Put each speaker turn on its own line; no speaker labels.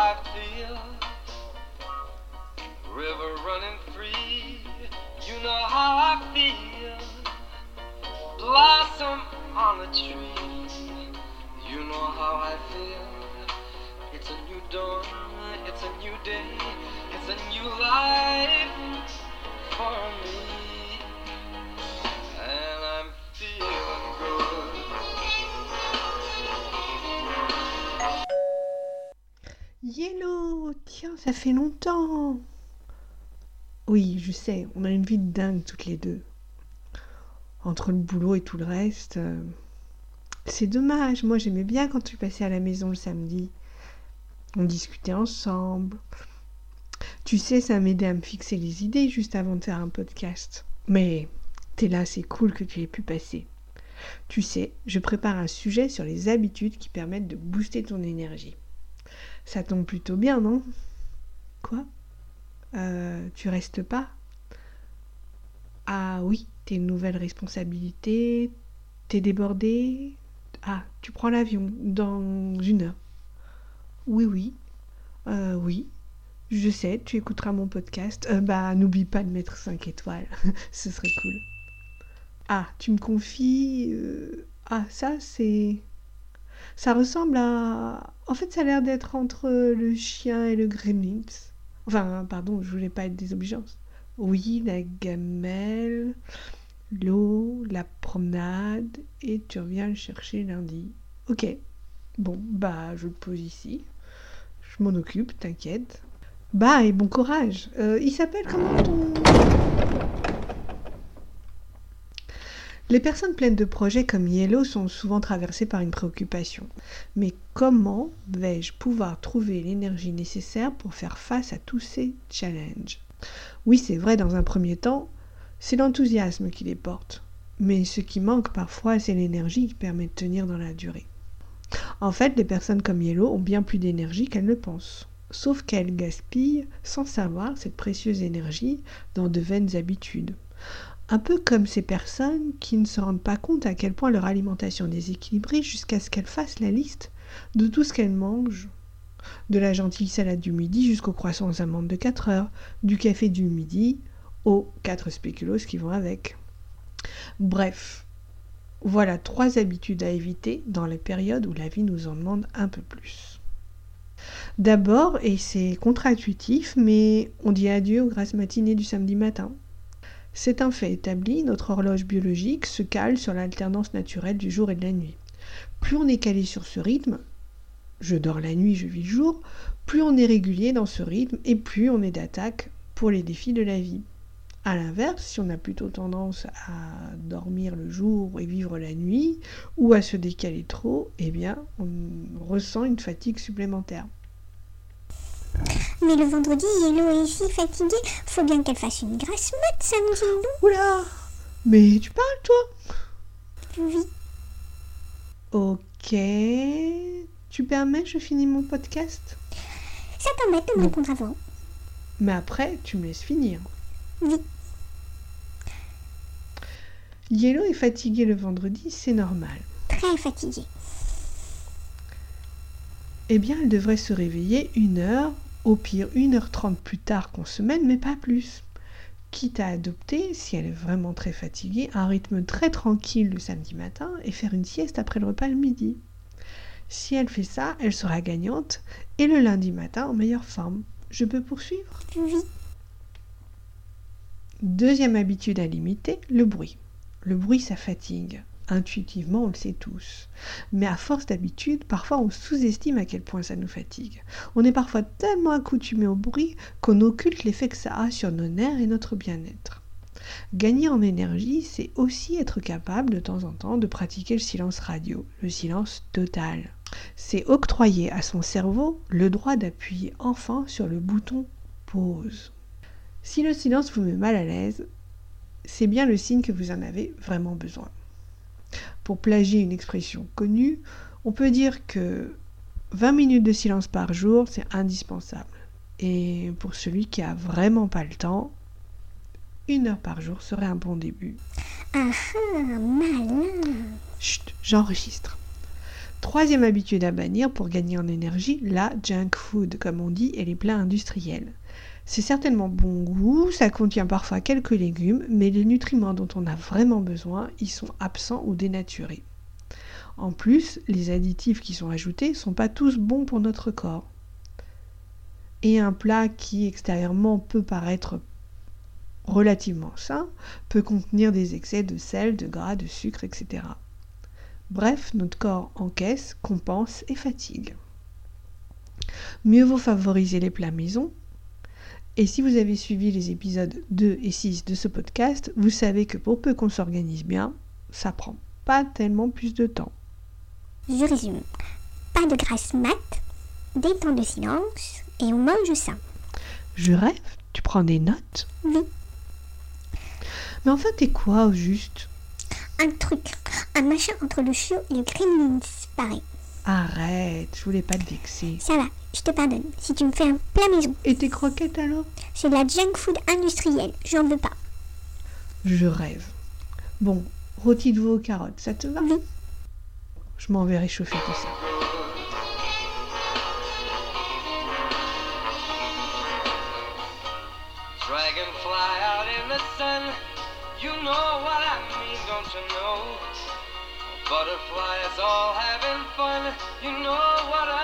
I feel. River running free, you know how I feel. Blossom on a tree, you know how I feel. It's a new dawn, it's a new day, it's a new life for me. And I'm feeling good.
Yellow, tiens, ça fait longtemps. Oui, je sais, on a une vie de dingue toutes les deux. Entre le boulot et tout le reste. C'est dommage, moi j'aimais bien quand tu passais à la maison le samedi. On discutait ensemble. Tu sais, ça m'aidait à me fixer les idées juste avant de faire un podcast. Mais t'es là, c'est cool que tu aies pu passer. Tu sais, je prépare un sujet sur les habitudes qui permettent de booster ton énergie. Ça tombe plutôt bien, non ? Quoi ? Tu restes pas ? Ah oui, t'as une nouvelle responsabilité, t'es débordé. Ah, tu prends l'avion dans 1 heure. Oui, oui, je sais, tu écouteras mon podcast. N'oublie pas de mettre 5 étoiles, ce serait cool. Ah, tu me confies... Ah, ça ressemble à... En fait, ça a l'air d'être entre le chien et le gremlins. Enfin, pardon, je voulais pas être désobligeante. Oui, la gamelle, l'eau, la promenade, et tu reviens le chercher lundi. Ok, bon, je le pose ici. Je m'en occupe, t'inquiète. Et bon courage. Il s'appelle comment ton... Les personnes pleines de projets comme Yellow sont souvent traversées par une préoccupation. Mais comment vais-je pouvoir trouver l'énergie nécessaire pour faire face à tous ces challenges ? Oui, c'est vrai, dans un premier temps, c'est l'enthousiasme qui les porte. Mais ce qui manque parfois, c'est l'énergie qui permet de tenir dans la durée. En fait, les personnes comme Yellow ont bien plus d'énergie qu'elles ne pensent. Sauf qu'elles gaspillent sans savoir cette précieuse énergie dans de vaines habitudes. Un peu comme ces personnes qui ne se rendent pas compte à quel point leur alimentation est déséquilibrée jusqu'à ce qu'elles fassent la liste de tout ce qu'elles mangent. De la gentille salade du midi jusqu'au croissant aux amandes de 4 heures, du café du midi aux 4 spéculoos qui vont avec. Bref, voilà 3 habitudes à éviter dans les périodes où la vie nous en demande un peu plus. D'abord, et c'est contre-intuitif, mais on dit adieu aux grasses matinées du samedi matin. C'est un fait établi, notre horloge biologique se cale sur l'alternance naturelle du jour et de la nuit. Plus on est calé sur ce rythme, je dors la nuit, je vis le jour, plus on est régulier dans ce rythme et plus on est d'attaque pour les défis de la vie. A l'inverse, si on a plutôt tendance à dormir le jour et vivre la nuit, ou à se décaler trop, on ressent une fatigue supplémentaire.
Mais le vendredi, Yellow est si fatiguée, faut bien qu'elle fasse une grasse mat samedi, non ?
Oula ! Mais tu parles, toi ?
Oui.
Ok. Tu permets que je finisse mon podcast ?
Ça t'embête de me répondre avant ?
Mais après, tu me laisses finir.
Oui.
Yellow est fatiguée le vendredi, c'est normal.
Très fatiguée.
Elle devrait se réveiller 1 heure, au pire 1h30 plus tard qu'en semaine, mais pas plus. Quitte à adopter, si elle est vraiment très fatiguée, un rythme très tranquille le samedi matin et faire une sieste après le repas le midi. Si elle fait ça, elle sera gagnante et le lundi matin en meilleure forme. Je peux poursuivre ?
Oui.
Deuxième habitude à limiter, le bruit. Le bruit, ça fatigue. Intuitivement, on le sait tous. Mais à force d'habitude, parfois on sous-estime à quel point ça nous fatigue. On est parfois tellement accoutumé au bruit qu'on occulte l'effet que ça a sur nos nerfs et notre bien-être. Gagner en énergie, c'est aussi être capable de temps en temps de pratiquer le silence radio, le silence total. C'est octroyer à son cerveau le droit d'appuyer enfin sur le bouton pause. Si le silence vous met mal à l'aise, c'est bien le signe que vous en avez vraiment besoin. Pour plagier une expression connue, on peut dire que 20 minutes de silence par jour, c'est indispensable. Et pour celui qui a vraiment pas le temps, 1 heure par jour serait un bon début.
Ah, malin.
Chut, j'enregistre. Troisième habitude à bannir pour gagner en énergie, la junk food, comme on dit, et les plats industriels. C'est certainement bon goût, ça contient parfois quelques légumes, mais les nutriments dont on a vraiment besoin, ils sont absents ou dénaturés. En plus, les additifs qui sont ajoutés ne sont pas tous bons pour notre corps. Et un plat qui extérieurement peut paraître relativement sain peut contenir des excès de sel, de gras, de sucre, etc. Bref, notre corps encaisse, compense et fatigue. Mieux vaut favoriser les plats maison. Et si vous avez suivi les épisodes 2 et 6 de ce podcast, vous savez que pour peu qu'on s'organise bien, ça prend pas tellement plus de temps.
Je résume. Pas de grasse mat, des temps de silence et on mange sain.
Je rêve? Tu prends des notes?
Oui.
Mais enfin, t'es quoi au juste?
Un truc, un machin entre le chiot et le gremlins, pareil.
Arrête, je voulais pas te vexer.
Ça va, je te pardonne, si tu me fais un plat maison.
Et tes croquettes alors?
C'est de la junk food industrielle, j'en veux pas.
Je rêve. Bon, rôti de veau aux carottes, ça te va?
Oui.
Je m'en vais réchauffer tout ça.
Dragonfly out in the sun, you know what I mean, don't you know? Butterflies all having fun, you know what I